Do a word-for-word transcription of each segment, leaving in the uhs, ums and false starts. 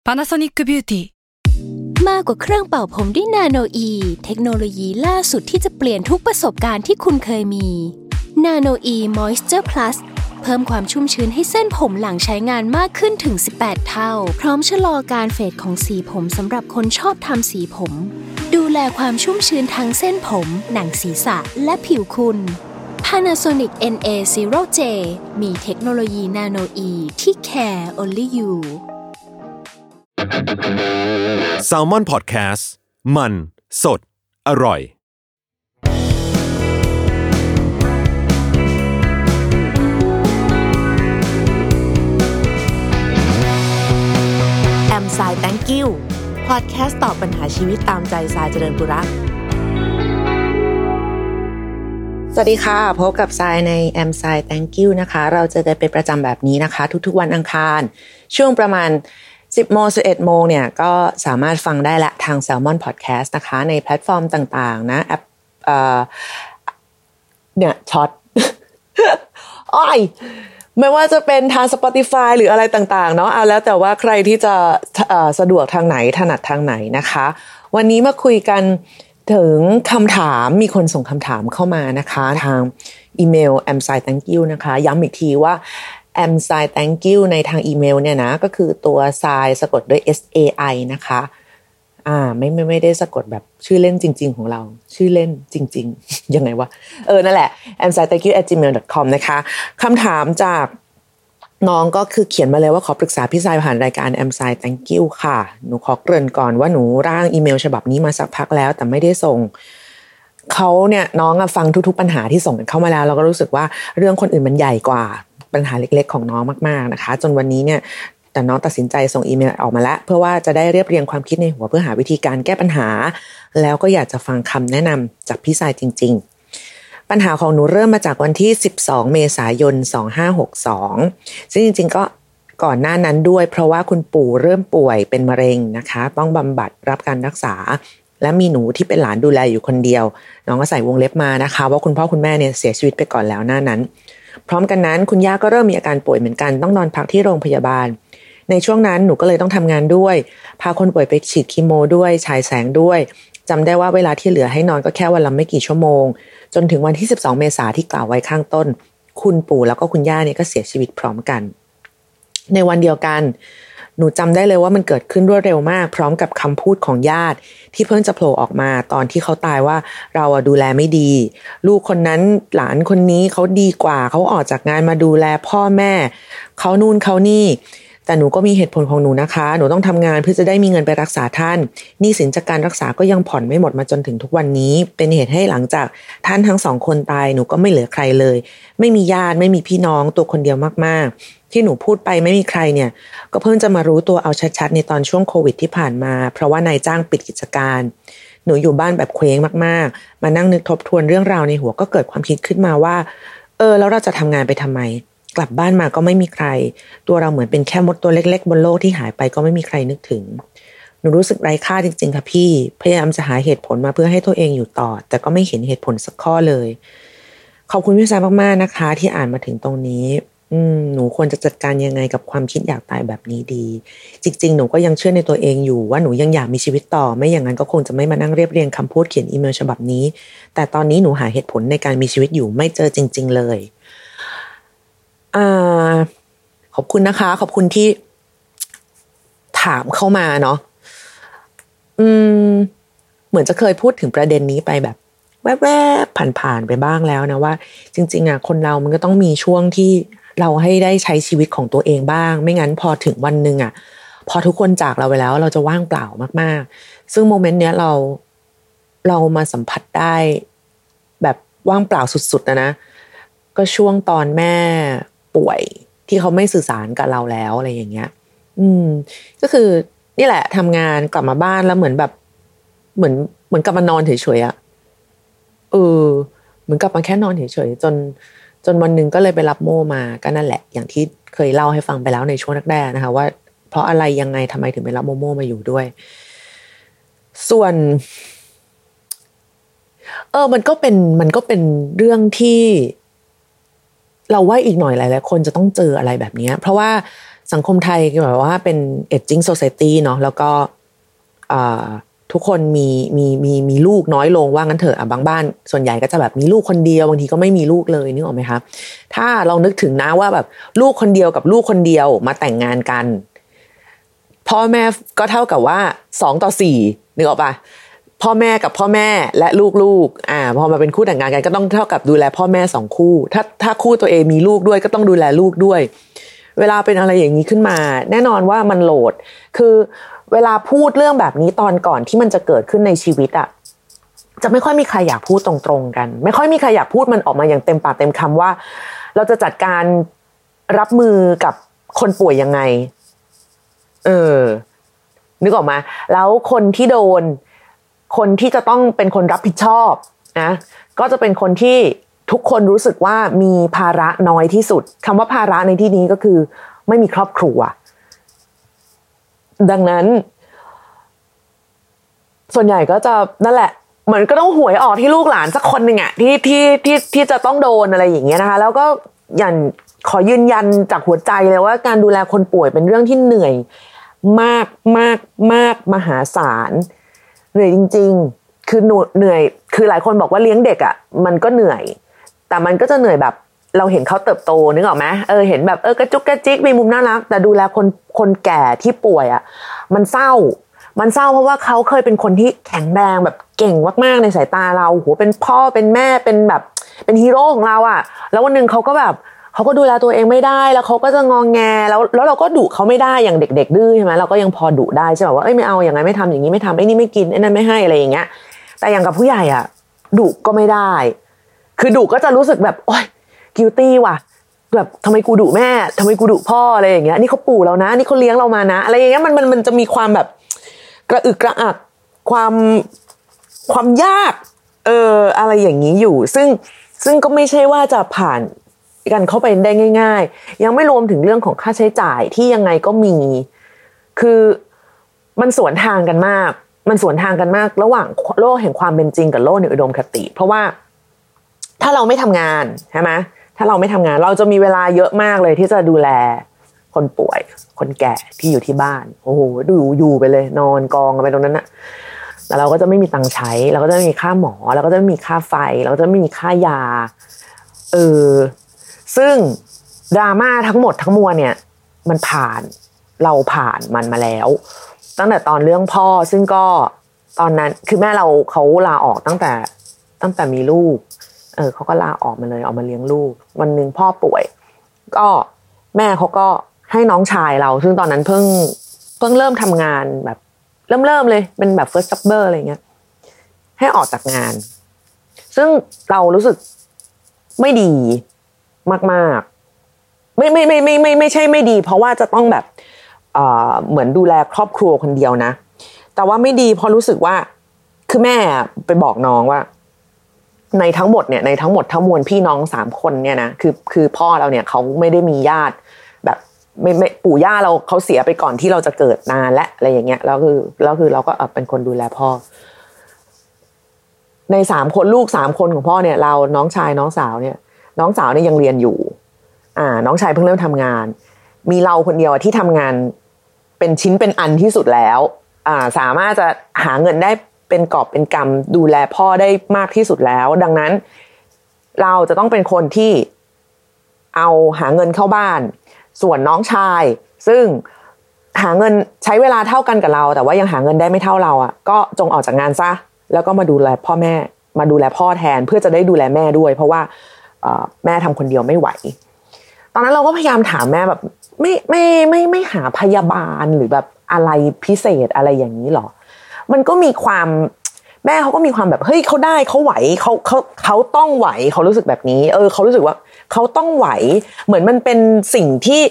Panasonic Beauty มากกว่าเครื่องเป่าผมด้วยนาโนอีเทคโนโลยีล่าสุดที่จะเปลี่ยนทุกประสบการณ์ที่คุณเคยมีนาโนอีมอยส์เจอร์พลัสเพิ่มความชุ่มชื้นให้เส้นผมหลังใช้งานมากขึ้นถึงสิบแปดเท่าพร้อมชะลอการเฟดของสีผมสำหรับคนชอบทำสีผมดูแลความชุ่มชื้นทั้งเส้นผมหนังศีรษะและผิวคุณ Panasonic เอ็น เอ ศูนย์ เจ มีเทคโนโลยีนาโนอีที่ care only you Salmon Podcast มันสดอร่อยแอม Sai Thank You Podcast ตอบปัญหาชีวิตตามใจทรายเจริญปุระสวัสดีค่ะพบกับทรายในแอม Sai Thank You นะคะเราเจอกันเป็นประจำแบบนี้นะคะทุกๆวันอังคารช่วงประมาณสิบโมง สิบเอ็ดโมงเนี่ยก็สามารถฟังได้ละทาง Salmon Podcast นะคะในแพลตฟอร์มต่างๆนะแอปเอ่อเนี่ยช็อต อ้อยไม่ว่าจะเป็นทาง Spotify หรืออะไรต่างๆเนาะเอาแล้วแต่ว่าใครที่จะเอ่อสะดวกทางไหนถนัดทางไหนนะคะวันนี้มาคุยกันถึงคำถามมีคนส่งคำถามเข้ามานะคะทางอีเมล แอม ไซ Thank You นะคะย้ำอีกทีว่าแอม Sai Thank You ในทางอีเมลเนี่ยนะก็คือตัว Sai สะกดด้วย เอส เอ ไอ นะคะอ่าไม่ไม่ไม่ได้สะกดแบบชื่อเล่นจริงๆของเราชื่อเล่นจริงๆยังไงวะเออนั่นแหละ แอม ไซ แธงค์ยู แอท จี เมล ดอท คอม นะคะคำถามจากน้องก็คือเขียนมาเลยว่าขอปรึกษาพี่ทรายผ่านรายการ แอม Sai Thank You ค่ะหนูขอเกริ่นก่อนว่าหนูร่างอีเมลฉบับนี้มาสักพักแล้วแต่ไม่ได้ส่งเขาเนี่ยน้องฟังทุกๆปัญหาที่ส่งกันเข้ามาแล้วเราก็รู้สึกว่าเรื่องคนอื่นมันใหญ่กว่าปัญหาเล็กๆของน้องมากๆนะคะจนวันนี้เนี่ยแต่น้องตัดสินใจส่งอีเมลออกมาแล้วเพื่อว่าจะได้เรียบเรียงความคิดในหัวเพื่อหาวิธีการแก้ปัญหาแล้วก็อยากจะฟังคำแนะนำจากพี่ทรายจริงๆปัญหาของหนูเริ่มมาจากวันที่สิบสองเมษายนสองพันห้าร้อยหกสิบสองซึ่งจริงๆก็ก่อนหน้านั้นด้วยเพราะว่าคุณปู่เริ่มป่วยเป็นมะเร็งนะคะต้องบำบัดรับการรักษาและมีหนูที่เป็นหลานดูแลอยู่คนเดียวน้องก็ใส่วงเล็บมานะคะว่าคุณพ่อคุณแม่เนี่ยเสียชีวิตไปก่อนแล้วหน้านั้นพร้อมกันนั้นคุณย่าก็เริ่มมีอาการป่วยเหมือนกันต้องนอนพักที่โรงพยาบาลในช่วงนั้นหนูก็เลยต้องทำงานด้วยพาคนป่วยไปฉีดคีโมด้วยฉายแสงด้วยจำได้ว่าเวลาที่เหลือให้นอนก็แค่วันละไม่กี่ชั่วโมงจนถึงวันที่สิบสองเมษายนที่กล่าวไว้ข้างต้นคุณปู่แล้วก็คุณย่าเนี่ยก็เสียชีวิตพร้อมกันในวันเดียวกันหนูจำได้เลยว่ามันเกิดขึ้นรวดเร็วมากพร้อมกับคำพูดของญาติที่เพิ่งจะโผล่ออกมาตอนที่เขาตายว่าเราอะดูแลไม่ดีลูกคนนั้นหลานคนนี้เขาดีกว่าเขาออกจากงานมาดูแลพ่อแม่เขานู่นเขานี่แต่หนูก็มีเหตุผลของหนูนะคะหนูต้องทำงานเพื่อจะได้มีเงินไปรักษาท่านหนี้สินจากการรักษาก็ยังผ่อนไม่หมดมาจนถึงทุกวันนี้เป็นเหตุให้หลังจากท่านทั้งสองคนตายหนูก็ไม่เหลือใครเลยไม่มีญาติไม่มีพี่น้องตัวคนเดียวมากๆที่หนูพูดไปไม่มีใครเนี่ยก็เพิ่งจะมารู้ตัวเอาชัดๆในตอนช่วงโควิดที่ผ่านมาเพราะว่านายจ้างปิดกิจการหนูอยู่บ้านแบบเคว้งมากๆมานั่งนึกทบทวนเรื่องราวในหัวก็เกิดความคิดขึ้นมาว่าเออแล้วเราจะทำงานไปทำไมกลับบ้านมาก็ไม่มีใครตัวเราเหมือนเป็นแค่มดตัวเล็กๆบนโลกที่หายไปก็ไม่มีใครนึกถึงหนูรู้สึกไร้ค่าจริงๆค่ะพี่พยายามจะหาเหตุผลมาเพื่อให้ตัวเองอยู่ต่อแต่ก็ไม่เห็นเหตุผลสักข้อเลยขอบคุณพี่ทรายมากๆนะคะที่อ่านมาถึงตรงนี้อืมหนูควรจะจัดการยังไงกับความคิดอยากตายแบบนี้ดีจริงๆหนูก็ยังเชื่อในตัวเองอยู่ว่าหนูยังอยากมีชีวิตต่อไม่อย่างนั้นก็คงจะไม่มานั่งเรียบเรียงคำพูดเขียนอีเมลฉบับนี้แต่ตอนนี้หนูหาเหตุผลในการมีชีวิตอยู่ไม่เจอจริงๆเลยอ่าขอบคุณนะคะขอบคุณที่ถามเข้ามาเนาะอืมเหมือนจะเคยพูดถึงประเด็นนี้ไปแบบแวบๆผ่านๆไปบ้างแล้วนะว่าจริงๆอ่ะคนเรามันก็ต้องมีช่วงที่เราให้ได้ใช้ชีวิตของตัวเองบ้างไม่งั้นพอถึงวันนึงอ่ะพอทุกคนจากเราไปแล้วเราจะว่างเปล่ามากๆซึ่งโมเมนต์เนี้ยเราเรามาสัมผัสได้แบบว่างเปล่าสุดๆนะนะก็ช่วงตอนแม่ป่วยที่เขาไม่สื่อสารกับเราแล้วอะไรอย่างเงี้ยอืมก็คือนี่แหละทำงานกลับมาบ้านแล้วเหมือนแบบเหมือนเหมือนกลับมานอนเฉยๆอ่ะเออเหมือนกลับมาแค่นอนเฉยๆจนจนวันนึงก็เลยไปรับโม่มาก็นั่นแหละอย่างที่เคยเล่าให้ฟังไปแล้วในช่วงแรกๆนะคะว่าเพราะอะไรยังไงทำไมถึงไปรับโมโม่มาอยู่ด้วยส่วนเออมันก็เป็นมันก็เป็นเรื่องที่เราว่าอีกหน่อยหลายๆคนจะต้องเจออะไรแบบนี้เพราะว่าสังคมไทยแบบว่าเป็น aging society เนาะแล้วก็ทุกคนมีมีมีมีลูกน้อยลงว่างั้นเถอะอ่ะบางบ้านส่วนใหญ่ก็จะแบบมีลูกคนเดียวบางทีก็ไม่มีลูกเลยนึกออกไหมคะถ้าเรานึกถึงนะว่าแบบลูกคนเดียวกับลูกคนเดียวมาแต่งงานกันพ่อแม่ก็เท่ากับว่าสองต่อสี่นึกออกป่ะพ่อแม่กับพ่อแม่และลูกๆอ่าพอมาเป็นคู่แต่งงานกันก็ต้องเท่ากับดูแลพ่อแม่สองคู่ถ้าถ้าคู่ตัวเองมีลูกด้วยก็ต้องดูแลลูกด้วยเวลาเป็นอะไรอย่างนี้ขึ้นมาแน่นอนว่ามันโหลดคือเวลาพูดเรื่องแบบนี้ตอนก่อนที่มันจะเกิดขึ้นในชีวิตอ่ะจะไม่ค่อยมีใครอยากพูดตรงๆกันไม่ค่อยมีใครอยากพูดมันออกมาอย่างเต็มปากเต็มคำว่าเราจะจัดการรับมือกับคนป่วยยังไงเออนึกออกมาแล้วคนที่โดนคนที่จะต้องเป็นคนรับผิดชอบนะก็จะเป็นคนที่ทุกคนรู้สึกว่ามีภาระน้อยที่สุดคำว่าภาระในที่นี้ก็คือไม่มีครอบครัวดังนั้นส่วนใหญ่ก็จะนั่นแหละเหมือนก็ต้องหวยออกที่ลูกหลานสักคนหนึ่งอะที่ที่ที่ที่จะต้องโดนอะไรอย่างเงี้ยนะคะแล้วก็อย่างขอยืนยันจากหัวใจเลยว่าการดูแลคนป่วยเป็นเรื่องที่เหนื่อยมากมากมากมหาศาลเหนื่อยจริงๆคือเหนื่อยคือหลายคนบอกว่าเลี้ยงเด็กอ่ะมันก็เหนื่อยแต่มันก็จะเหนื่อยแบบเราเห็นเขาเติบโตนึกออกไหมเออเห็นแบบเออกระจุกกระจิกมีมุมน่ารักแต่ดูแลคนคนแก่ที่ป่วยอ่ะมันเศร้ามันเศร้าเพราะว่าเขาเคยเป็นคนที่แข็งแรงแบบเก่งมากๆในสายตาเราโหเป็นพ่อเป็นแม่เป็นแบบเป็นฮีโร่ของเราอ่ะแล้ววันนึงเขาก็แบบเขาก็ดูแลตัวเองไม่ได้แล้วเขาก็จะงองแงแล้วแล้วเราก็ดุเขาไม่ได้อย่างเด็กๆดื้อใช่ไหมเราก็ยังพอดุได้ใช่ไหมว่าเอ้ยไม่เอาอย่างไงไม่ทำอย่างนี้ไม่ทำไอ้นี่ไม่กินไอ้นั่นไม่ให้อะไรอย่างเงี้ยแต่อย่างกับผู้ใหญ่อ่ะดุก็ไม่ได้คือดุก็จะรู้สึกแบบโอ๊ยกิลตี้ว่ะแบบทำไมกูดุแม่ทำไมกูดุพ่ออะไรอย่างเงี้ยนี่เขาปู่เรานะนี่เขาเลี้ยงเรามานะอะไรอย่างเงี้ยมันมันมันจะมีความแบบกระอึกกระอักความความยากเอออะไรอย่างนี้อยู่ซึ่งซึ่งก็ไม่ใช่ว่าจะผ่านกันเข้าไปได้ง่ายๆยังไม่รวมถึงเรื่องของค่าใช้จ่ายที่ยังไงก็มีคือมันสวนทางกันมากมันสวนทางกันมากระหว่างโลกแห่งความเป็นจริงกับโลกในอุดมคติเพราะว่าถ้าเราไม่ทำงานใช่ไหมถ้าเราไม่ทำงานเราจะมีเวลาเยอะมากเลยที่จะดูแลคนป่วยคนแก่ที่อยู่ที่บ้านโอ้โหดูอยู่ไปเลยนอนกองกันไปตรงนั้นน่ะแต่เราก็จะไม่มีตังค์ใช้เราก็จะไม่มีค่าหมอเราก็จะไม่มีค่าไฟเราก็จะไม่มีค่ายาเออซึ่งดราม่าทั้งหมดทั้งมวลเนี่ยมันผ่านเราผ่านมันมาแล้วตั้งแต่ตอนเรื่องพ่อซึ่งก็ตอนนั้นคือแม่เราเขาลาออกตั้งแต่ตั้งแต่มีลูกเออเขาก็ลาออกมาเลยออกมาเลี้ยงลูกวันนึงพ่อป่วยก็แม่เขาก็ให้น้องชายเราซึ่งตอนนั้นเพิ่งเพิ่งเริ่มทำงานแบบเริ่มเริ่มเลยเป็นแบบ first jobber อะไรเงี้ยให้ออกจากงานซึ่งเรารู้สึกไม่ดีมากๆไม่ไม่ไม่ไม่ไม่ไม่ใช่ไม่ดีเพราะว่าจะต้องแบบเอ่อเหมือนดูแลครอบครัวคนเดียวนะแต่ว่าไม่ดีเพราะรู้สึกว่าคือแม่ไปบอกน้องว่าในทั้งหมดเนี่ยในทั้งหมดทั้งมวลพี่น้องสามคนเนี่ยนะคือคือพ่อเราเนี่ยเขาไม่ได้มีญาติแบบไม่ไม่ปู่ย่าเราเขาเสียไปก่อนที่เราจะเกิดนานและอะไรอย่างเงี้ยแล้วคือแล้วคือเราก็เป็นคนดูแลพ่อในสามคนลูกสามคนของพ่อเนี่ยเราน้องชายน้องสาวเนี่ยน้องสาวเนี่ยยังเรียนอยู่อ่าน้องชายเพิ่งเริ่มทำงานมีเราคนเดียวที่ทำงานเป็นชิ้นเป็นอันที่สุดแล้วอ่าสามารถจะหาเงินได้เป็นกอบเป็นกำดูแลพ่อได้มากที่สุดแล้วดังนั้นเราจะต้องเป็นคนที่เอาหาเงินเข้าบ้านส่วนน้องชายซึ่งหาเงินใช้เวลาเท่ากันกับเราแต่ว่ายังหาเงินได้ไม่เท่าเราอ่ะก็จงออกจากงานซะแล้วก็มาดูแลพ่อแม่มาดูแลพ่อแทนเพื่อจะได้ดูแลแม่ด้วยเพราะว่าแม่ทำคนเดียวไม่ไหวตอนนั้นเราก็พยายามถามแม่แบบไม่ไม่ไม่ไม่หาพยาบาลหรือแบบอะไรพิเศษอะไรอย่างนี้หรอมันก็มีความแม่เขาก็มีความแบบเฮ้ยเขาได้เขาไหวเขาเขาเขาต้องไหวเขารู้สึกแบบนี้เออเขารู้สึกว่าเขาต้องไหวเหมือนมันเป็นสิ่งที่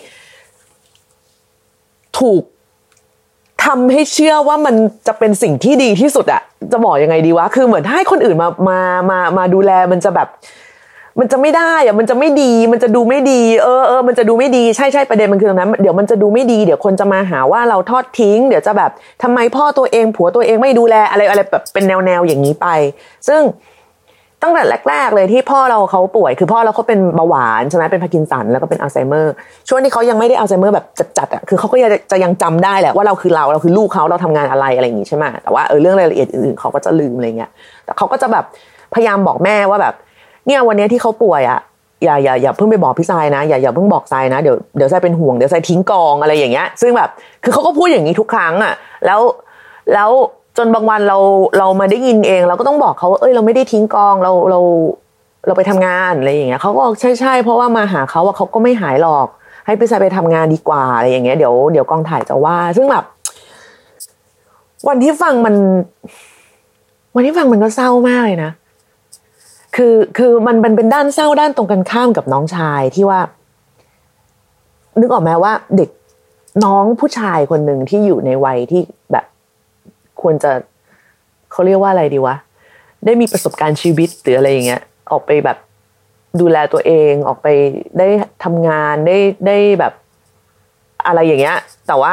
ถูกทำให้เชื่อว่ามันจะเป็นสิ่งที่ดีที่สุดอะจะบอกยังไงดีวะคือเหมือนถ้าให้คนอื่นมามามามาดูแลมันจะแบบมันจะไม่ได้อะมันจะไม่ดีมันจะดูไม่ดีเออเออมันจะดูไม่ดีใช่ใช่ประเด็นมันคือตรงนั้นเดี๋ยวมันจะดูไม่ดีเดี๋ยวคนจะมาหาว่าเราทอดทิ้งเดี๋ยวจะแบบทำไมพ่อตัวเองผัวตัวเองไม่ดูแลอะไรอะไรแบบเป็นแนวแนวอย่างนี้ไปซึ่งตั้งแต่แรกๆเลยที่พ่อเราเขาป่วยคือพ่อเราเขาเป็นเบาหวานใช่ไหมเป็นพาร์กินสันแล้วก็เป็นอัลไซเมอร์ช่วงที่เขายังไม่ได้อัลไซเมอร์แบบจัดๆอ่ะคือเขาก็จะยังจำได้แหละว่าเราคือเราเราคือลูกเขาเราทำงานอะไรอะไรอย่างงี้ใช่ไหมแต่ว่าเออเรื่องรายละเอียดอื่นๆเขาก็จะลืมอะไรเงี้ยแต่เขาก็จะแบบพยายามบอกแม่ว่าแบบเนี่ยวันนี้ที่เขาป่วยอ่ะอย่าอย่าอย่าเพิ่งไปบอกพี่ทรายนะอย่าอย่าเพิ่งบอกทรายนะเดี๋ยวเดี๋ยวทรายเป็นห่วงเดี๋ยวทรายทิ้งกองอะไรอย่างเงี้ยซึ่งแบบคือเขาก็พูดอย่างนี้ทุกครั้งอ่ะแล้วแล้วจนบางวันเราเรามาได้ยินเองเราก็ต้องบอกเขาว่าเอ้ยเราไม่ได้ทิ้งกองเราเราเราไปทำงานอะไรอย่างเงี้ยเขาก็ใช่ใช่เพราะว่ามาหาเขาว่าเขาก็ไม่หายหรอกให้พี่ทรายไปทำงานดีกว่าอะไรอย่างเงี้ยเดี๋ยวเดี๋ยวกองถ่ายจะว่าซึ่งแบบวันที่ฟังมันวันที่ฟังมันก็เศร้ามากเลยนะคือคือมันมันเป็นด้านเศร้าด้านตรงกันข้ามกับน้องชายที่ว่านึกออกไหมว่าเด็กน้องผู้ชายคนหนึ่งที่อยู่ในวัยที่แบบควรจะเขาเรียกว่าอะไรดีวะได้มีประสบการณ์ชีวิตหรืออะไรอย่างเงี้ยออกไปแบบดูแลตัวเองออกไปได้ทำงานได้ได้แบบอะไรอย่างเงี้ยแต่ว่า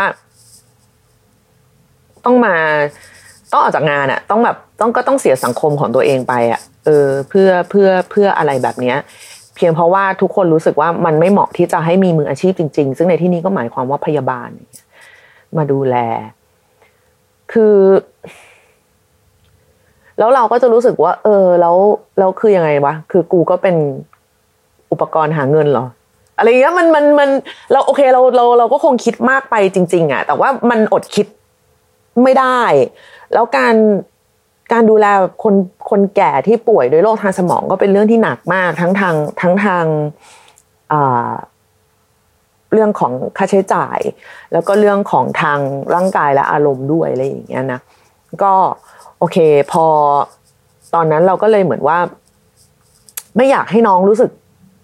ต้องมาต้องออกจากงานอ่ะต้องแบบต้องก็ต้องเสียสังคมของตัวเองไปอ่ะเออเพื่อเพื่อเพื่ออะไรแบบเนี้ยเพียงเพราะว่าทุกคนรู้สึกว่ามันไม่เหมาะที่จะให้มีมืออาชีพจริงๆซึ่งในที่นี้ก็หมายความว่าพยาบาลมาดูแลคือแล้วเราก็จะรู้สึกว่าเออแล้วแล้วคือยังไงวะคือกูก็เป็นอุปกรณ์หาเงินเหรออะไรเงี้ยมันมันมันเราโอเคเราเราเราก็คงคิดมากไปจริงๆอ่ะแต่ว่ามันอดคิดไม่ได้แล้วการการดูแลคนคนแก่ที่ป่วยด้วยโรคทางสมองก็เป็นเรื่องที่หนักมากทั้งทางทั้งทางอ่าเรื่องของค่าใช้จ่ายแล้วก็เรื่องของทางร่างกายและอารมณ์ด้วยอะไรอย่างเงี้ยนะก็โอเคพอตอนนั้นเราก็เลยเหมือนว่าไม่อยากให้น้องรู้สึก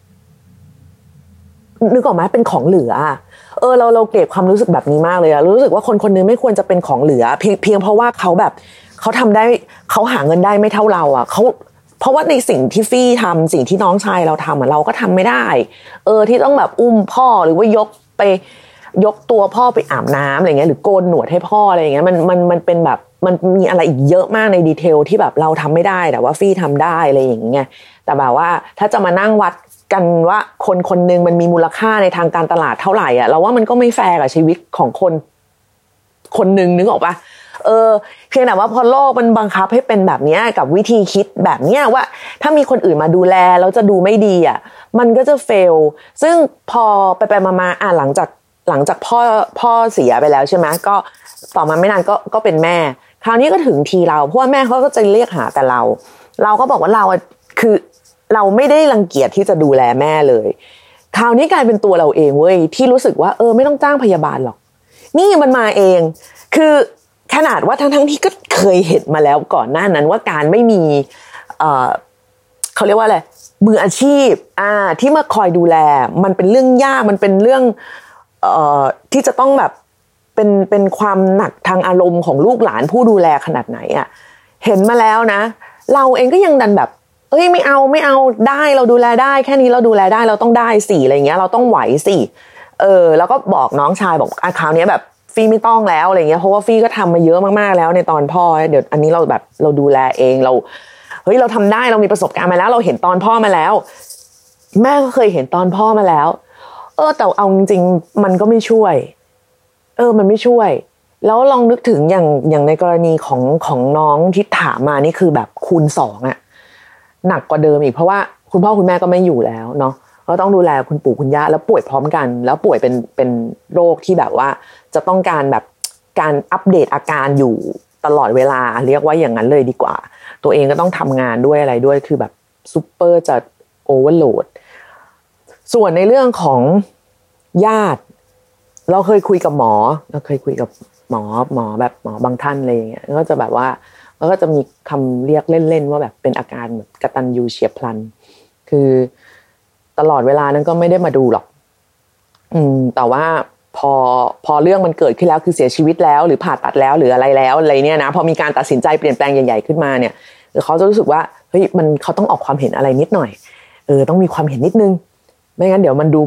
นึกออกไหมเป็นของเหลือเออเราเราเกลียดความรู้สึกแบบนี้มากเลยอะรู้สึกว่าคนคนนึงไม่ควรจะเป็นของเหลือเพียงเพียงเพราะว่าเขาแบบเขาทำได้เขาหาเงินได้ไม่เท่าเราอะเขาเพราะว่าในสิ่งที่ฟี่ทำสิ่งที่น้องชายเราทำอะเราก็ทำไม่ได้เออที่ต้องแบบอุ้มพ่อหรือว่ายกไปยกตัวพ่อไปอาบน้ำอะไรเงี้ยหรือโกนหนวดให้พ่ออะไรเงี้ยมันมันมันเป็นแบบมันมีอะไรอีกเยอะมากในดีเทลที่แบบเราทำไม่ได้แต่ว่าฟี่ทำได้อะไรอย่างเงี้ยแต่แบบว่าถ้าจะมานั่งวัดกันว่าคนคนนึงมันมีมูลค่าในทางการตลาดเท่าไหร่อ่ะเราว่ามันก็ไม่แฟร์กับชีวิตของคนคนนึงนึกออกปะเออเพียงแต่ว่าพอโลกมันบังคับให้เป็นแบบนี้กับวิธีคิดแบบนี้ว่าถ้ามีคนอื่นมาดูแลแล้วจะดูไม่ดีอ่ะมันก็จะเฟลซึ่งพอไปไปมาๆอ่ะหลังจากหลังจากพ่อพ่อเสียไปแล้วใช่ไหมก็ต่อมาไม่นานก็ก็เป็นแม่คราวนี้ก็ถึงทีเราเพราะว่าแม่เขาก็จะเรียกหาแต่เราเราก็บอกว่าเราคือเราไม่ได้รังเกียจที่จะดูแลแม่เลยคราวนี้กลายเป็นตัวเราเองเว้ยที่รู้สึกว่าเออไม่ต้องจ้างพยาบาลหรอกนี่มันมาเองคือขนาดว่าทั้งๆที่ก็เคยเห็นมาแล้วก่อนหน้านั้นว่าการไม่มีเอ่อเขาเรียกว่าอะไรมืออาชีพอ่าที่มาคอยดูแลมันเป็นเรื่องยากมันเป็นเรื่องเอ่อที่จะต้องแบบเป็นเป็นความหนักทางอารมณ์ของลูกหลานผู้ดูแลขนาดไหนอ่ะเห็นมาแล้วนะเราเองก็ยังดันแบบเอ้ยไม่เอาไม่เอาได้เราดูแลได้แค่นี้เราดูแลได้เราต้องได้สิอะไรเงี้ยเราต้องไหวสิเออแล้วก็บอกน้องชายบอกอ่ะคราวนี้แบบฟี่ไม่ต้องแล้วอะไรเงี้ยเพราะว่าฟี่ก็ทำมาเยอะมากๆแล้วในตอนพ่อเดี๋ยวอันนี้เราแบบเราดูแลเองเราเฮ้ยเราทำได้เรามีประสบการณ์มาแล้วเราเห็นตอนพ่อมาแล้วแม่ก็เคยเห็นตอนพ่อมาแล้วเออแต่เอาจริงๆมันก็ไม่ช่วยเออมันไม่ช่วยแล้วลองนึกถึงอย่างอย่างในกรณีของของน้องที่ถามมานี่คือแบบคูณสองอะหนักกว่าเดิมอีกเพราะว่าคุณพ่อคุณแม่ก็ไม่อยู่แล้วเนาะก็ต้องดูแลคุณปู่คุณย่าแล้วป่วยพร้อมกันแล้วป่วยเป็นเป็นโรคที่แบบว่าจะต้องการแบบการอัปเดตอาการอยู่ตลอดเวลาเรียกว่าอย่างนั้นเลยดีกว่าตัวเองก็ต้องทำงานด้วยอะไรด้วยคือแบบซุปเปอร์จะโอเวอร์โหลดส่วนในเรื่องของญาติเราเคยคุยกับหมอเราเคยคุยกับหมอหมอแบบหมอบางท่านอะไรอย่างเงี้ยก็จะแบบว่าแล้วก็จะมีคำเรียกเล่นๆว่าแบบเป็นอาการแบบกตัญญูเฉียบพลันคือตลอดเวลานั้นก็ไม่ได้มาดูหรอกอืมแต่ว่าพอพอเรื่องมันเกิดขึ้นแล้วคือเสียชีวิตแล้วหรือผ่าตัดแล้วหรืออะไรแล้วอะไรเนี่ยนะพอมีการตัดสินใจเปลี่ยนแปลงใหญ่ๆขึ้นมาเนี่ยเขาจะรู้สึกว่าเฮ้ยมันเขาต้องออกความเห็นอะไรนิดหน่อยเออต้องมีความเห็นนิดนึงไม่งั้นเดี๋ยวมันดูแบบ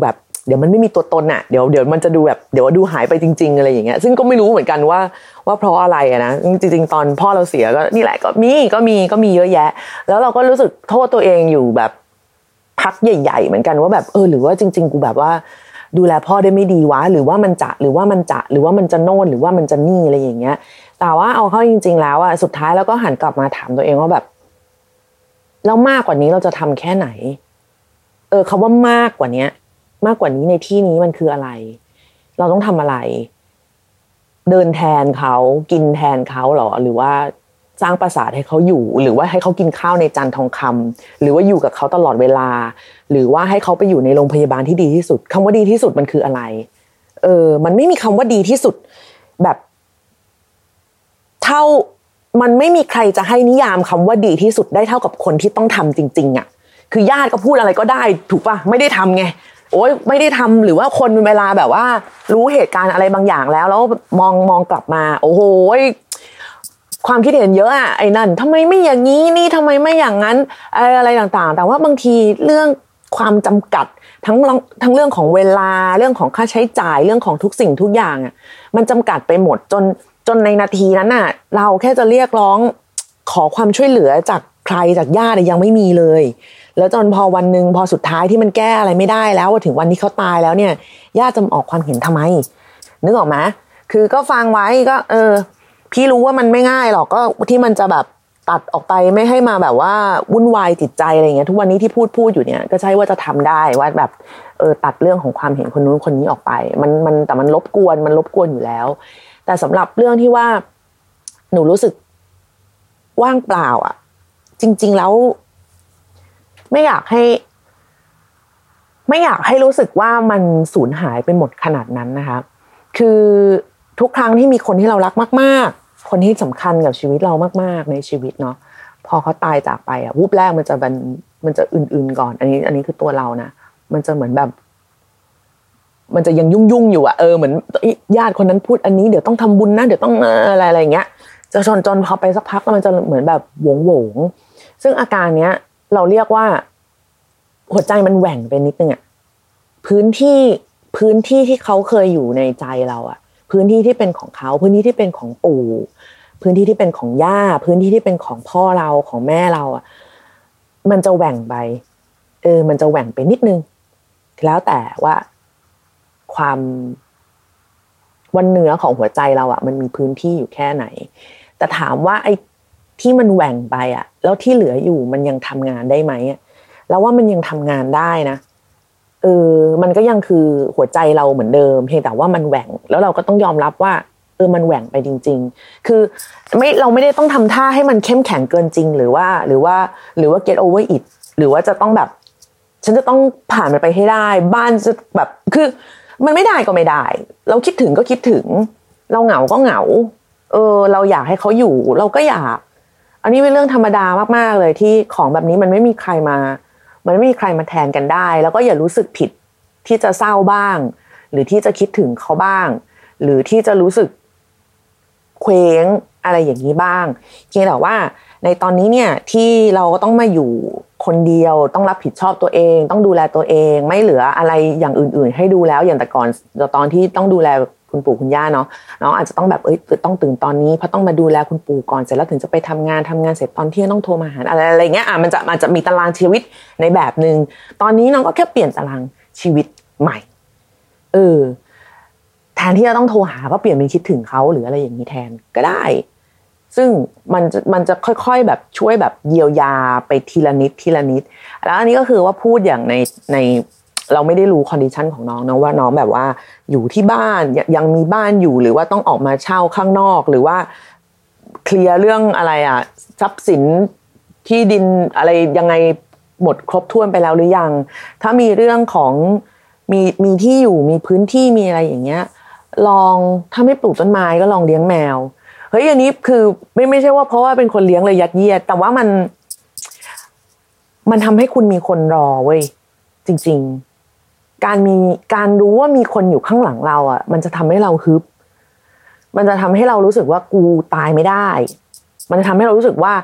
เดี๋ยวมันไม่มีตัวตนอ่ะเดี๋ยวเดี๋ยวมันจะดูแบบเดี๋ยวดูหายไปจริงๆอะไรอย่างเงี้ยซึ่งก็ไม่รู้เหมือนกันว่าว่าเพราะอะไรอะนะจริงๆตอนพ่อเราเสียก็นี่แหละก็มีก็มีก็มีเยอะแยะแล้วเราก็รู้สึกโทษตัวเองอยู่แบบพักใหญ่ๆเหมือนกันว่าแบบเออหรือว่าจริงๆกูแบบว่าดูแลพ่อได้ไม่ดีวะหรือว่ามันจะหรือว่ามันจะหรือว่ามันจะโน่นหรือว่ามันจะนี่อะไรอย่างเงี้ยแต่ว่าเอาเข้าจริงๆแล้วอะสุดท้ายแล้วก็หันกลับมาถามตัวเองว่าแบบแล้วมากกว่านี้เราจะทำแค่ไหนเออคำว่ามากกว่านี้มากกว่านี้ในที่นี้มันคืออะไรเราต้องทำอะไรเดินแทนเขากินแทนเขาหรอหรือว่าสร้างปราสาทให้เขาอยู่หรือว่าให้เขากินข้าวในจานทองคำหรือว่าอยู่กับเขาตลอดเวลาหรือว่าให้เขาไปอยู่ในโรงพยาบาลที่ดีที่สุดคำว่าดีที่สุดมันคืออะไรเออมันไม่มีคำว่าดีที่สุดแบบเท่ามันไม่มีใครจะให้นิยามคำว่าดีที่สุดได้เท่ากับคนที่ต้องทำจริงๆอ่ะคือญาติก็พูดอะไรก็ได้ถูกป่ะไม่ได้ทำไงโอ๊ยไม่ได้ทำหรือว่าคนเวลาแบบว่ารู้เหตุการณ์อะไรบางอย่างแล้วแล้วมองมองกลับมาโอ้โหความคิดเห็นเยอะอะไอ้นั่นทำไมไม่อย่างนี้นี่ทำไมไม่อย่างนั้นอะไรอะไรต่างๆแต่ว่าบางทีเรื่องความจำกัดทั้งทั้งเรื่องของเวลาเรื่องของค่าใช้จ่ายเรื่องของทุกสิ่งทุกอย่างอ่ะมันจำกัดไปหมดจนจนในนาทีนั้นน่ะเราแค่จะเรียกร้องขอความช่วยเหลือจากใครจากญาติยังไม่มีเลยแล้วจนพอวันนึงพอสุดท้ายที่มันแก้อะไรไม่ได้แล้วถึงวันที่เขาตายแล้วเนี่ยญาติจะออกความเห็นทำไมนึกออกไหมคือก็ฟังไว้ก็เออพี่รู้ว่ามันไม่ง่ายหรอกก็ที่มันจะแบบตัดออกไปไม่ให้มาแบบว่าวุ่นวายจิตใจอะไรเงี้ยทุกวันนี้ที่พูดพูดอยู่เนี่ยก็ใช่ว่าจะทำได้ว่าแบบเออตัดเรื่องของความเห็นคนนู้นคนนี้ออกไปมันมันแต่มันรบกวนมันรบกวนอยู่แล้วแต่สำหรับเรื่องที่ว่าหนูรู้สึกว่างเปล่าอ่ะจริงๆแล้วไม่อยากให้ไม่อยากให้รู้สึกว่ามันสูญหายไปหมดขนาดนั้นนะคะคือทุกครั้งที่มีคนที่เรารักมากๆคนที่สำคัญกับชีวิตเรามากๆในชีวิตเนาะพอเขาตายจากไปอ่ะวูบแรกมันจะมันมันจะอื่นๆก่อนอันนี้อันนี้คือตัวเรานะมันจะเหมือนแบบมันจะยังยุ่งๆอยู่อ่ะเออเหมือนญาติคนนั้นพูดอันนี้เดี๋ยวต้องทำบุญนะเดี๋ยวต้องอะไรอะไรอย่างเงี้ยจะจนจนพอไปสักพักมันจะเหมือนแบบหวงหวงซึ่งอาการเนี้ยเราเรียกว่าหัวใจมันแหว่งไปนิดนึงอ่ะพื้นที่พื้นที่ที่เขาเคยอยู่ในใจเราอ่ะพื้นที่ที่เป็นของเขาพื้นที่ที่เป็นของปู่พื้นที่ที่เป็นของย่าพื้นที่ที่เป็นของพ่อเราของแม่เราอ่ะมันจะแหว่งไปเออมันจะแหว่งไปนิดนึงแล้วแต่ว่าความวันเหนือของหัวใจเราอ่ะมันมีพื้นที่อยู่แค่ไหนแต่ถามว่าไอ้ที่มันแหว่งไปอ่ะแล้วที่เหลืออยู่มันยังทำงานได้ไหมอ่ะแล้วว่ามันยังทำงานได้นะเออมันก็ยังคือหัวใจเราเหมือนเดิมเพียงแต่ว่ามันแหว่งแล้วเราก็ต้องยอมรับว่าเออมันแหว่งไปจริงๆคือไม่เราไม่ได้ต้องทำท่าให้มันเข้มแข็งเกินจริงหรือว่าหรือว่าหรือว่า get over it หรือว่าจะต้องแบบฉันจะต้องผ่านมันไปให้ได้บ้านจะแบบคือมันไม่ได้ก็ไม่ได้เราคิดถึงก็คิดถึงเราเหงาก็เหงาเออเราอยากให้เขาอยู่เราก็อยากอันนี้เป็นเรื่องธรรมดามากๆเลยที่ของแบบนี้มันไม่มีใครมามันไม่มีใครมาแทนกันได้แล้วก็อย่ารู้สึกผิดที่จะเศร้าบ้างหรือที่จะคิดถึงเขาบ้างหรือที่จะรู้สึกเคว้งอะไรอย่างนี้บ้างเพียงแต่ว่าในตอนนี้เนี่ยที่เราก็ต้องมาอยู่คนเดียวต้องรับผิดชอบตัวเองต้องดูแลตัวเองไม่เหลืออะไรอย่างอื่นๆให้ดูแล้วอย่างแต่ก่อนตอนที่ต้องดูแลคุณปู่คุณย่าเนาะน้องอาจจะต้องแบบเอ้ยต้องตื่นตอนนี้เพราะต้องมาดูแลคุณปู่ก่อนเสร็จแล้วถึงจะไปทำงานทำงานเสร็จตอนเที่ยงต้องโทรมาหาอะไรอะไรเงี้ยอ่ะมันจะมันจะมีตารางชีวิตในแบบนึงตอนนี้น้องก็แค่เปลี่ยนตารางชีวิตใหม่เออแทนที่จะต้องโทรหาก็เปลี่ยนเป็นคิดถึงเขาหรืออะไรอย่างนี้แทนก็ได้ซึ่งมันจะมันจะค่อยๆแบบช่วยแบบเยียวยาไปทีละนิดทีละนิดแล้วอันนี้ก็คือว่าพูดอย่างในในเราไม่ได้รู้คอนดิชันของน้องนะว่าน้องแบบว่าอยู่ที่บ้านยังมีบ้านอยู่หรือว่าต้องออกมาเช่าข้างนอกหรือว่าเคลียร์เรื่องอะไรอ่ะทรัพย์สินที่ดินอะไรยังไงหมดครบถ้วนไปแล้วหรือยังถ้ามีเรื่องของมีมีที่อยู่มีพื้นที่มีอะไรอย่างเงี้ยลองถ้าไม่ปลูกต้นไม้ก็ลองเลี้ยงแมวเฮ้ยอันนี้คือไม่ไม่ใช่ว่าเพราะว่าเป็นคนเลี้ยงเลยยัดเยียดแต่ว่ามันมันทำให้คุณมีคนรอเว้ยจริงๆการมีการรู้ว่ามีคนอยู่ข้างหลังเราอ่ะมันจะทำให้เราฮึบมันจะทำให้เรารู้สึกว่ากูตายไม่ได้มันจะทำให้เรารู้สึกว่า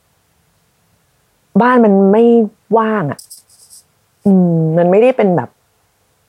บ้านมันไม่ว่างอ่ะอืมมันไม่ได้เป็นแบบ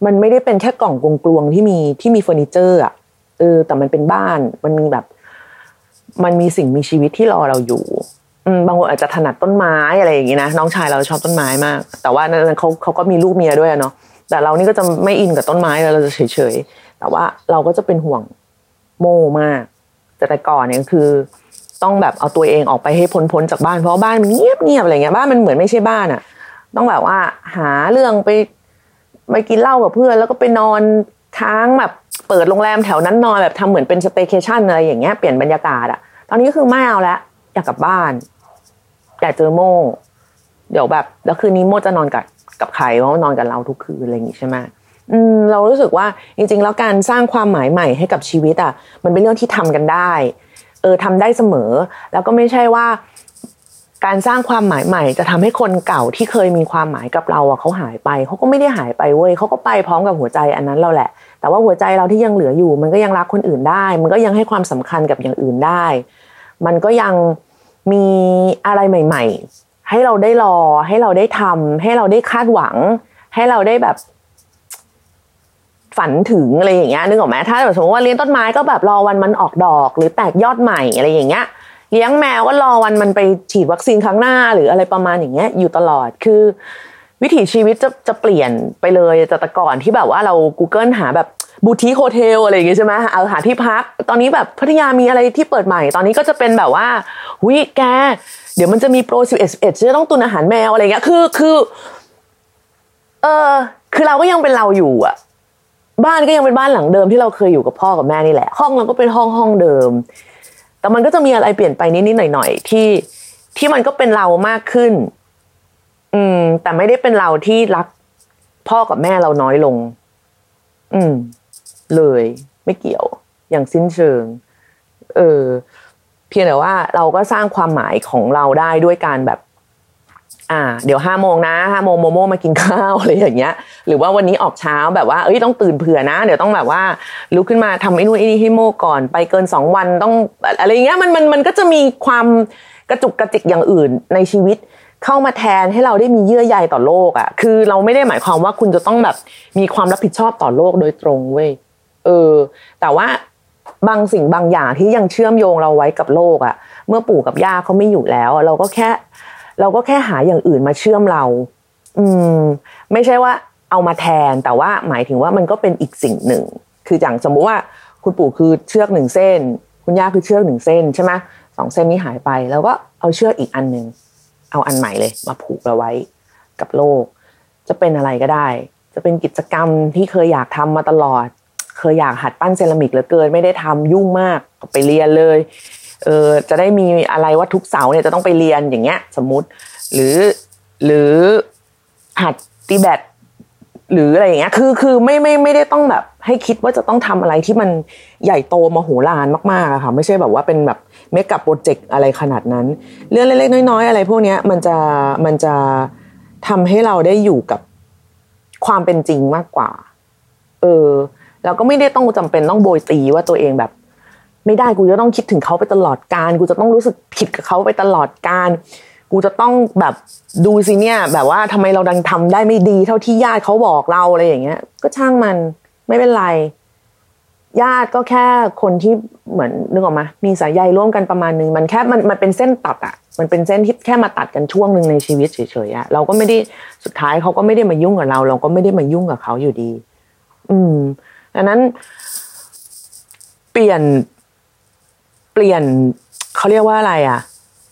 มันไม่ได้เป็นแค่กล่องกลวงๆที่มีที่มีเฟอร์นิเจอร์อ่ะเออแต่มันเป็นบ้านมันมีแบบมันมีสิ่งมีชีวิตที่รอเราอยู่อืมบางคนอาจจะถนัดต้นไม้อะไรอย่างงี้นะน้องชายเราชอบต้นไม้มากแต่ว่านั้นเขาเขาก็มีลูกเมียด้วยเนาะแต่เรานี่ก็จะไม่อินกับต้นไม้เราจะเฉยๆแต่ว่าเราก็จะเป็นห่วงโม่มากแต่แต่ก่อนเนี่ยคือต้องแบบเอาตัวเองออกไปให้พ้นๆจากบ้านเพราะบ้านมันเงียบๆอะไรเงี้ยบ้านมันเหมือนไม่ใช่บ้านอ่ะต้องแบบว่าหาเรื่องไปไปกินเหล้ากับเพื่อนแล้วก็ไปนอนค้างแบบเปิดโรงแรมแถวนั้นนอนแบบทำเหมือนเป็นสเตย์เคชั่นอะไรอย่างเงี้ยเปลี่ยนบรรยากาศอ่ะตอนนี้คือไม่เอาแล้วอยากกลับบ้านอยากเจอโม่เดี๋ยวแบบแล้วคืนนี้โม่จะนอนกับกับใครเพราะว่านอนกับเราทุกคืนอะไรอย่างงี้ใช่ไหมอืมเรารู้สึกว่าจริงๆแล้วการสร้างความหมายใหม่ให้กับชีวิตอ่ะมันเป็นเรื่องที่ทำกันได้เออทำได้เสมอแล้วก็ไม่ใช่ว่าการสร้างความหมายใหม่จะทำให้คนเก่าที่เคยมีความหมายกับเราอ่ะเขาหายไปเขาก็ไม่ได้หายไปเว้ยเขาก็ไปพร้อมกับหัวใจอันนั้นเราแหละแต่ว่าหัวใจเราที่ยังเหลืออยู่มันก็ยังรักคนอื่นได้มันก็ยังให้ความสำคัญกับอย่างอื่นได้มันก็ยังมีอะไรใหม่ๆให้เราได้รอให้เราได้ทำให้เราได้คาดหวังให้เราได้แบบฝันถึงอะไรอย่างเงี้ยนึกออกไหมถ้าสมมติว่าเลี้ยงต้นไม้ก็แบบรอวันมันออกดอกหรือแตกยอดใหม่อะไรอย่างเงี้ยเลี้ยงแมวก็รอวันมันไปฉีดวัคซีนครั้งหน้าหรืออะไรประมาณอย่างเงี้ยอยู่ตลอดคือวิถีชีวิตจะจะเปลี่ยนไปเลยจากแต่ก่อนที่แบบว่าเรา Google หาแบบบูติคโฮเทลอะไรอย่างเงี้ยใช่ไหมเอาหาที่พักตอนนี้แบบพัทยามีอะไรที่เปิดใหม่ตอนนี้ก็จะเป็นแบบว่าหุ้ยแกเดี๋ยวมันจะมีโปรสิบเอ็ด สิบเอ็ดจะต้องตุนอาหารแมวอะไรเงี้ยคือคือเออคือเราก็ยังเป็นเราอยู่อ่ะบ้านก็ยังเป็นบ้านหลังเดิมที่เราเคยอยู่กับพ่อกับแม่นี่แหละห้องเราก็เป็นห้องห้องเดิมแต่มันก็จะมีอะไรเปลี่ยนไปนิดๆหน่อยๆที่ที่มันก็เป็นเรามากขึ้นอืมแต่ไม่ได้เป็นเราที่รักพ่อกับแม่เราน้อยลงอืมเลยไม่เกี่ยวอย่างสิ้นเชิงเออเพียงแต่ว่าเราก็สร้างความหมายของเราได้ด้วยการแบบอ่าเดี๋ยวห้าโมงนะห้าโมงโมโม่มากินข้าวอะไรอย่างเงี้ยหรือว่าวันนี้ออกเช้าแบบว่าเอ้ยต้องตื่นเผื่อนะเดี๋ยวต้องแบบว่าลุกขึ้นมาทำไอ้นู่นไอ้นี่ให้โม่ก่อนไปเกินสองวันต้องอะไรอย่างเงี้ยมันมันมันก็จะมีความกระจุกกระจิกอย่างอื่นในชีวิตเข้ามาแทนให้เราได้มีเยื่อใยต่อโลกอ่ะคือเราไม่ได้หมายความว่าคุณจะต้องแบบมีความรับผิดชอบต่อโลกโดยตรงเว้ยเออแต่ว่าบางสิ่งบางอย่างที่ยังเชื่อมโยงเราไว้กับโลกอ่ะเมื่อปู่กับย่าเขาไม่อยู่แล้วเราก็แค่เราก็แค่หาอย่างอื่นมาเชื่อมเราอืมไม่ใช่ว่าเอามาแทนแต่ว่าหมายถึงว่ามันก็เป็นอีกสิ่งหนึ่งคืออย่างสมมุติว่าคุณปู่คือเชือกหนึ่งเส้นคุณย่าคือเชือกหนึ่งเส้นใช่ไหมสองเส้นนี้หายไปแล้วก็เอาเชือกอีกอันนึงเอาอันใหม่เลยมาผูกเราไว้กับโลกจะเป็นอะไรก็ได้จะเป็นกิจกรรมที่เคยอยากทำมาตลอดเคยอยากหัดปั้นเซรามิกเหลือเกินไม่ได้ทำยุ่งมากก็ไปเรียนเลยเออจะได้มีอะไรว่าทุกเสาร์เนี่ยจะต้องไปเรียนอย่างเงี้ยสมมุติหรือหรือหัดตีแบดหรืออะไรอย่างเงี้ยคือคือไม่ไม่ไม่ได้ต้องแบบให้คิดว่าจะต้องทำอะไรที่มันใหญ่โตมโหฬารมากๆอะค่ะไม่ใช่แบบว่าเป็นแบบเมกะโปรเจกต์อะไรขนาดนั้นเรื่องเล็กๆน้อยๆอะไรพวกเนี้ยมันจะมันจะทำให้เราได้อยู่กับความเป็นจริงมากกว่าเออแล้วก็ไม่ได้ต้องจำเป็นต้องโบยตีว่าตัวเองแบบไม่ได้กูจะต้องคิดถึงเขาไปตลอดกาลกูจะต้องรู้สึกผิดกับเขาไปตลอดกาลกูจะต้องแบบดูสิเนี่ยแบบว่าทำไมเราดังทำได้ไม่ดีเท่าที่ญาติเขาบอกเราอะไรอย่างเงี้ยก็ช่างมันไม่เป็นไรญาติก็แค่คนที่เหมือนนึกออกมามีสายใยร่วมกันประมาณนึงมันแค่มันมันเป็นเส้นตัดอ่ะมันเป็นเส้นที่แค่มาตัดกันช่วงนึงในชีวิตเฉยๆอ่ะเราก็ไม่ได้สุดท้ายเขาก็ไม่ได้มายุ่งกับเราเราก็ไม่ได้มายุ่งกับเขาอยู่ดีอืมดังนั้นเปลี่ยนเปลี่ยนเขาเรียกว่าอะไรอ่ะ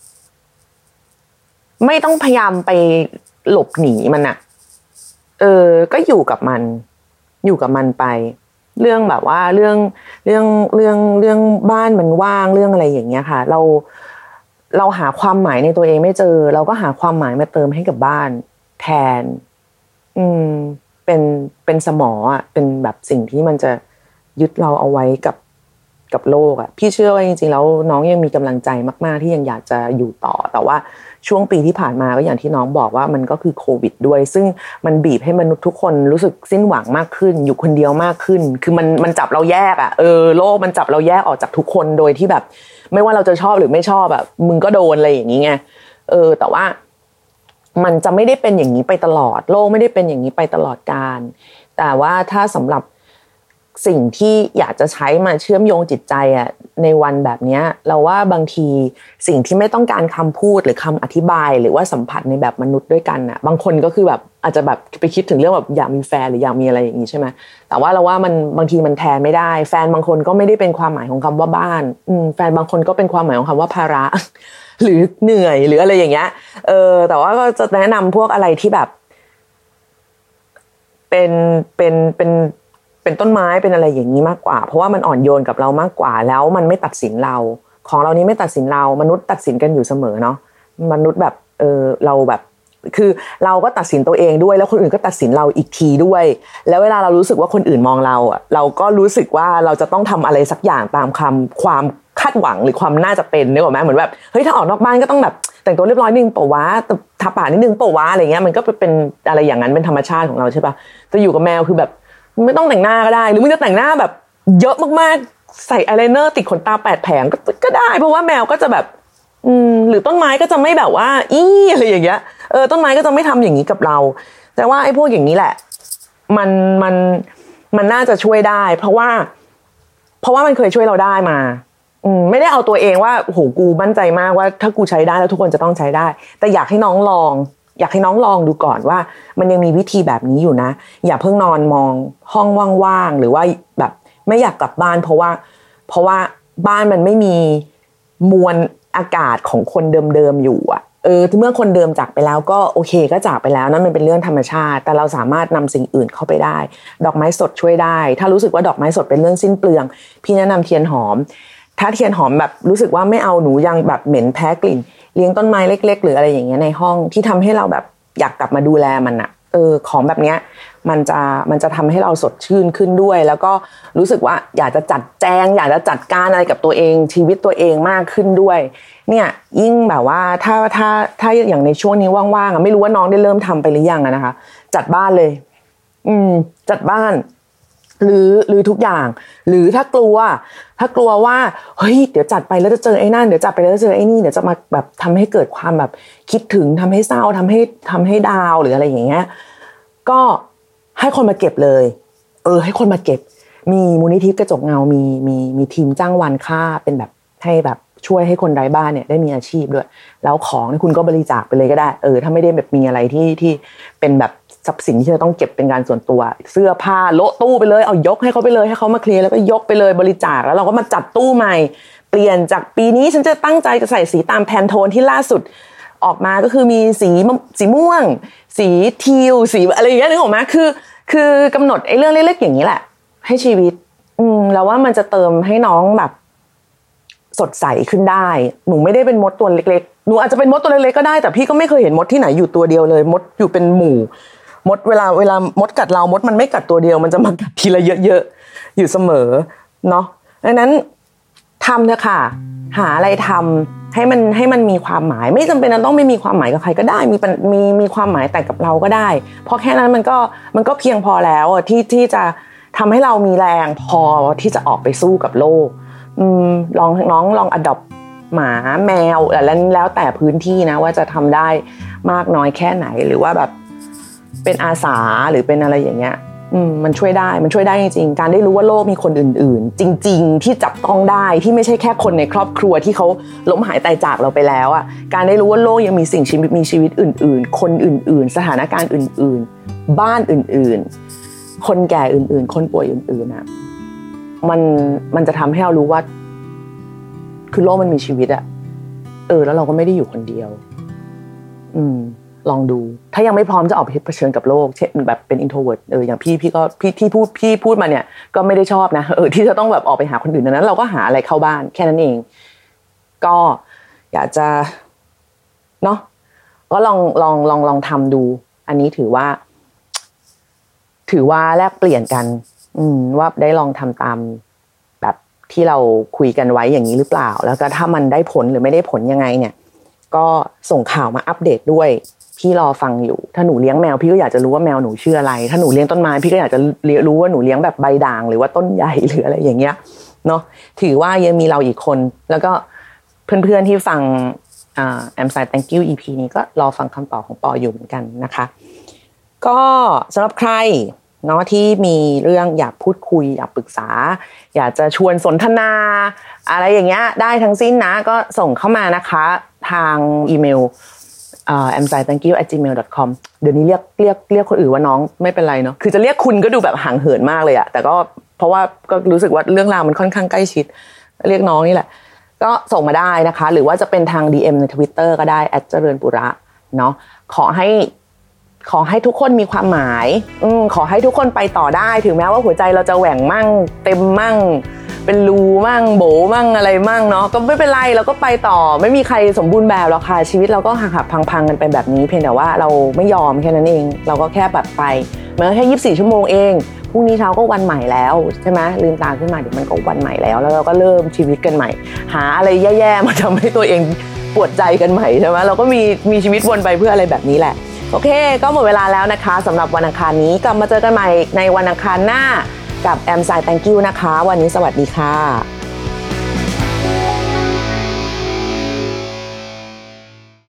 ไม่ต้องพยายามไปหลบหนีมันอ่ะเออก็อยู่กับมันอยู่กับมันไปเรื่องแบบว่าเรื่องเรื่องเรื่องเรื่องบ้านมันว่างเรื่องอะไรอย่างเงี้ยค่ะเราเราหาความหมายในตัวเองไม่เจอเราก็หาความหมายมาเติมให้กับบ้านแทนอืมเป็นเป็นสมออ่ะเป็นแบบสิ่งที่มันจะยึดเราเอาไว้กับกับโลกอ่ะพี่เชื่อว่าจริงๆแล้วน้องยังมีกำลังใจมากๆที่ยังอยากจะอยู่ต่อแต่ว่าช่วงปีที่ผ่านมาก็อย่างที่น้องบอกว่ามันก็คือโควิดด้วยซึ่งมันบีบให้มนุษย์ทุกคนรู้สึกสิ้นหวังมากขึ้นอยู่คนเดียวมากขึ้นคือมันมันจับเราแยกอ่ะเออโลกมันจับเราแยกออกจากทุกคนโดยที่แบบไม่ว่าเราจะชอบหรือไม่ชอบแบบมึงก็โดนอะไรอย่างนี้ไงเออแต่ว่ามันจะไม่ได้เป็นอย่างนี้ไปตลอดโลกไม่ได้เป็นอย่างนี้ไปตลอดกาลแแต่ว่าถ้าสำหรับสิ่งที่อยากจะใช้มาเชื่อมโยงจิตใจอ่ะในวันแบบนี้เราว่าบางทีสิ่งที่ไม่ต้องการคำพูดหรือคำอธิบายหรือว่าสัมผัสในแบบมนุษย์ด้วยกันอ่ะบางคนก็คือแบบอาจจะแบบไปคิดถึงเรื่องแบบอยากมีแฟนหรืออยากมีอะไรอย่างนี้ใช่ไหมแต่ว่าเราว่ามันบางทีมันแทนไม่ได้แฟนบางคนก็ไม่ได้เป็นความหมายของคำว่าบ้านอืมแฟนบางคนก็เป็นความหมายของคำว่าภาระหรือเหนื่อยหรืออะไรอย่างเงี้ยเออแต่ว่าก็จะแนะนำพวกอะไรที่แบบเป็นเป็นเป็นเป็นต้นไม้เป็นอะไรอย่างนี้มากกว่าเพราะว่ามันอ่อนโยนกับเรามากกว่าแล้วมันไม่ตัดสินเราของเรานี้ไม่ตัดสินเรามนุษย์ตัดสินกันอยู่เสมอเนาะมนุษย์แบบเออเราแบบคือเราก็ตัดสินตัวเองด้วยแล้วคนอื่นก็ตัดสินเราอีกทีด้วยแล้วเวลาเรารู้สึกว่าคนอื่นมองเราอ่ะเราก็รู้สึกว่าเราจะต้องทำอะไรสักอย่างตามคำความคาดหวังหรือความน่าจะเป็นนึกออกไหมเหมือนแบบเฮ้ยถ้าออกนอกบ้านก็ต้องแบบแต่งตัวเรียบร้อยนิดนึงเปล่าวะทาปากนิดนึงเปล่าวะอะไรเงี้ยมันก็เป็นอะไรอย่างนั้นเป็นธรรมชาติของเราใช่ปะจะอยู่กับแมวคือแบบไม่ต้องแต่งหน้าก็ได้หรือมึงจะแต่งหน้าแบบเยอะมากๆใส่อายไลเนอร์ติดขนตาแปดแผงก็ก็ได้เพราะว่าแมวก็จะแบบอืมหรือต้นไม้ก็จะไม่แบบว่าอี้อะไรอย่างเงี้ยเออต้นไม้ก็จะไม่ทำอย่างนี้กับเราแต่ว่าไอ้พวกอย่างนี้แหละมันมันมันน่าจะช่วยได้เพราะว่าเพราะว่ามันเคยช่วยเราได้มาอืมไม่ได้เอาตัวเองว่าโหกูมั่นใจมากว่าถ้ากูใช้ได้แล้วทุกคนจะต้องใช้ได้แต่อยากให้น้องลองอยากให้น้องลองดูก่อนว่ามันยังมีวิธีแบบนี้อยู่นะอย่าเพิ่งนอนมองห้องว่างๆหรือว่าแบบไม่อยากกลับบ้านเพราะว่าเพราะว่าบ้านมันไม่มีมวลอากาศของคนเดิมๆอยู่อ่ะเออเมื่อคนเดิมจากไปแล้วก็โอเคก็จากไปแล้วนั่นมันเป็นเรื่องธรรมชาติแต่เราสามารถนำสิ่งอื่นเข้าไปได้ดอกไม้สดช่วยได้ถ้ารู้สึกว่าดอกไม้สดเป็นเรื่องสิ้นเปลืองพี่แนะนำเทียนหอมถ้าเทียนหอมแบบรู้สึกว่าไม่เอาหนูยังแบบเหม็นแพ้กลิ่นเลี้ยงต้นไม้เล็กๆหรืออะไรอย่างเงี้ยในห้องที่ทำให้เราแบบอยากกลับมาดูแลมันอะเออของแบบเนี้ยมันจะมันจะทำให้เราสดชื่นขึ้นด้วยแล้วก็รู้สึกว่าอยากจะจัดแจงอยากจะจัดการอะไรกับตัวเองชีวิตตัวเองมากขึ้นด้วยเนี่ยยิ่งแบบว่าถ้าถ้าถ้าอย่างในช่วงนี้ว่างๆอะไม่รู้ว่าน้องได้เริ่มทำไปหรือยังอะนะคะจัดบ้านเลยอืมจัดบ้านหรือหรือทุกอย่างหรือถ้ากลัวถ้ากลัวว่าเฮ้ยเดี๋ยวจัดไปแล้วจะเจอไอ้นั่นเดี๋ยวจัดไปแล้วจะเจอไอ้นี่เดี๋ยวจะมาแบบทำให้เกิดความแบบคิดถึงทำให้เศร้าทำให้ทำให้ดาวหรืออะไรอย่างเงี้ยก็ให้คนมาเก็บเลยเออให้คนมาเก็บมีมูลนิธิกระจกเงามีมีมีทีมจ้างวานค่าเป็นแบบให้แบบช่วยให้คนไร้บ้านเนี่ยได้มีอาชีพด้วยแล้วของนี่คุณก็บริจาคไปเลยก็ได้เออถ้าไม่ได้แบบมีอะไรที่ที่เป็นแบบทรัพย์สินที่จะต้องเก็บเป็นการส่วนตัวเสื้อผ้าโละตู้ไปเลยเอายกให้เขาไปเลยให้เขามาเคลียร์แล้วก็ยกไปเลยบริจาคแล้วเราก็มาจัดตู้ใหม่เปลี่ยนจากปีนี้ฉันจะตั้งใจจะใส่สีตามแพนโทนที่ล่าสุดออกมาก็คือมีสีสีม่วงสีทีลสีอะไรอย่างเงี้ยนึกออกมั้ยคือคือกำหนดไอ้เรื่องเล็กๆอย่างนี้แหละให้ชีวิตอืมแล้วว่ามันจะเติมให้น้องแบบสดใสขึ้นได้หนูไม่ได้เป็นมดตัวเล็กๆหนูอาจจะเป็นมดตัวเล็กๆก็ได้แต่พี่ก็ไม่เคยเห็นมดที่ไหนอยู่ตัวเดียวเลยมดอยู่เป็นหมู่มดเวลาเวลามดกัดเรามดมันไม่กัดตัวเดียวมันจะมากัดทีละเยอะๆอยู่เสมอเนาะดังนั้นทำเถอะค่ะหาอะไรทำให้มันให้มันมีความหมายไม่จำเป็นต้องไม่มีความหมายกับใครก็ได้มีมีมีความหมายแต่กับเราก็ได้เพราะแค่นั้นมันก็มันก็เพียงพอแล้วที่ที่จะทำให้เรามีแรงพอที่จะออกไปสู้กับโลกอืมลองน้องลอง adopt หมาแมวแล้วแล้วแต่พื้นที่นะว่าจะทำได้มากน้อยแค่ไหนหรือว่าแบบเป็นอาสาหรือเป็นอะไรอย่างเงี้ยอืมมันช่วยได้มันช่วยได้จริงๆการได้รู้ว่าโลกมีคนอื่นๆจริงๆที่จับต้องได้ที่ไม่ใช่แค่คนในครอบครัวที่เขาล้มหายตายจากเราไปแล้วอ่ะการได้รู้ว่าโลกยังมีสิ่งชีวิตมีชีวิตอื่นๆคนอื่นๆสถานการณ์อื่นๆบ้านอื่นๆคนแก่อื่นๆคนป่วยอื่นๆนะมันมันจะทำให้เรารู้ว่าคือโลกมันมีชีวิตอะเออแล้วเราก็ไม่ได้อยู่คนเดียวอืมลองดูถ้ายังไม่พร้อมจะออกไปเผชิญกับโลกเช่นแบบเป็น introvert เอออย่างพี่พี่ก็พี่ที่พูดพี่พูดมาเนี่ยก็ไม่ได้ชอบนะเออที่จะต้องแบบออกไปหาคนอื่นนั้นเราก็หาอะไรเข้าบ้านแค่นั้นเองก็อยากจะเนาะก็ลองลองลองลองทำดูอันนี้ถือว่าถือว่าแลกเปลี่ยนกันอืมว่าได้ลองทำตามแบบที่เราคุยกันไว้อย่างนี้หรือเปล่าแล้วก็ถ้ามันได้ผลหรือไม่ได้ผลยังไงเนี่ยก็ส่งข่าวมาอัปเดตด้วยพี่รอฟังอยู่ถ้าหนูเลี้ยงแมวพี่ก็อยากจะรู้ว่าแมวหนูชื่ออะไรถ้าหนูเลี้ยงต้นไม้พี่ก็อยากจะรู้ว่าหนูเลี้ยงแบบใบด่างหรือว่าต้นใหญ่หรืออะไรอย่างเงี้ยเนาะถือว่ายังมีเราอีกคนแล้วก็เพื่อนๆที่ฟังอ่า I'm Sai Thank You อี พี นี้ก็รอฟังคำตอบของปออยู่เหมือนกันนะคะก็สำหรับใครเนาะที่มีเรื่องอยากพูดคุยอยากปรึกษาอยากจะชวนสนทนาอะไรอย่างเงี้ยได้ทั้งสิ้นนะก็ส่งเข้ามานะคะทางอีเมลเอ่อ แอม ไซ แธงค์ ยู แอท จี เมล ดอท คอม เดี๋ยวนี้เรียกเรียกเรียกคนอื่นว่าน้องไม่เป็นไรเนาะคือจะเรียกคุณก็ดูแบบห่างเหินมากเลยอะแต่ก็เพราะว่าก็รู้สึกว่าเรื่องราวมันค่อนข้างใกล้ชิดเรียกน้องนี่แหละก็ส่งมาได้นะคะหรือว่าจะเป็นทาง ดี เอ็ม ใน Twitter ก็ได้ แอท เจริญปุระเนาะขอให้ขอให้ทุกคนมีความหมายอืมขอให้ทุกคนไปต่อได้ถึงแม้ว่าหัวใจเราจะแหว่งมั่งเต็มมั่งเป็นรูมั่งโบมั่งอะไรมั่งเนาะก็ไม่เป็นไรเราก็ไปต่อไม่มีใครสมบูรณ์แบบหรอกค่ะชีวิตเราก็หักๆพังๆกันไปแบบนี้เพียงแต่ว่าเราไม่ยอมแค่นั้นเองเราก็แค่แบบไปมันก็แค่ยี่สิบสี่ชั่วโมงเองพรุ่งนี้เช้าก็วันใหม่แล้วใช่ไหมลืมตาขึ้นมาเดี๋ยวมันก็วันใหม่แล้วแล้วเราก็เริ่มชีวิตกันใหม่หาอะไรแย่ๆมาทำให้ตัวเองปวดใจกันใหม่ใช่ไหมเราก็มีมีชีวิตวนไปเพื่ออะไรแบบนี้แหละโอเคก็หมดเวลาแล้วนะคะสำหรับวันอังคารนี้กลับมาเจอกันใหม่ในวันอังคารหน้ากับแอมไซ Thank you นะคะวันนี้สวัสดีค่ะ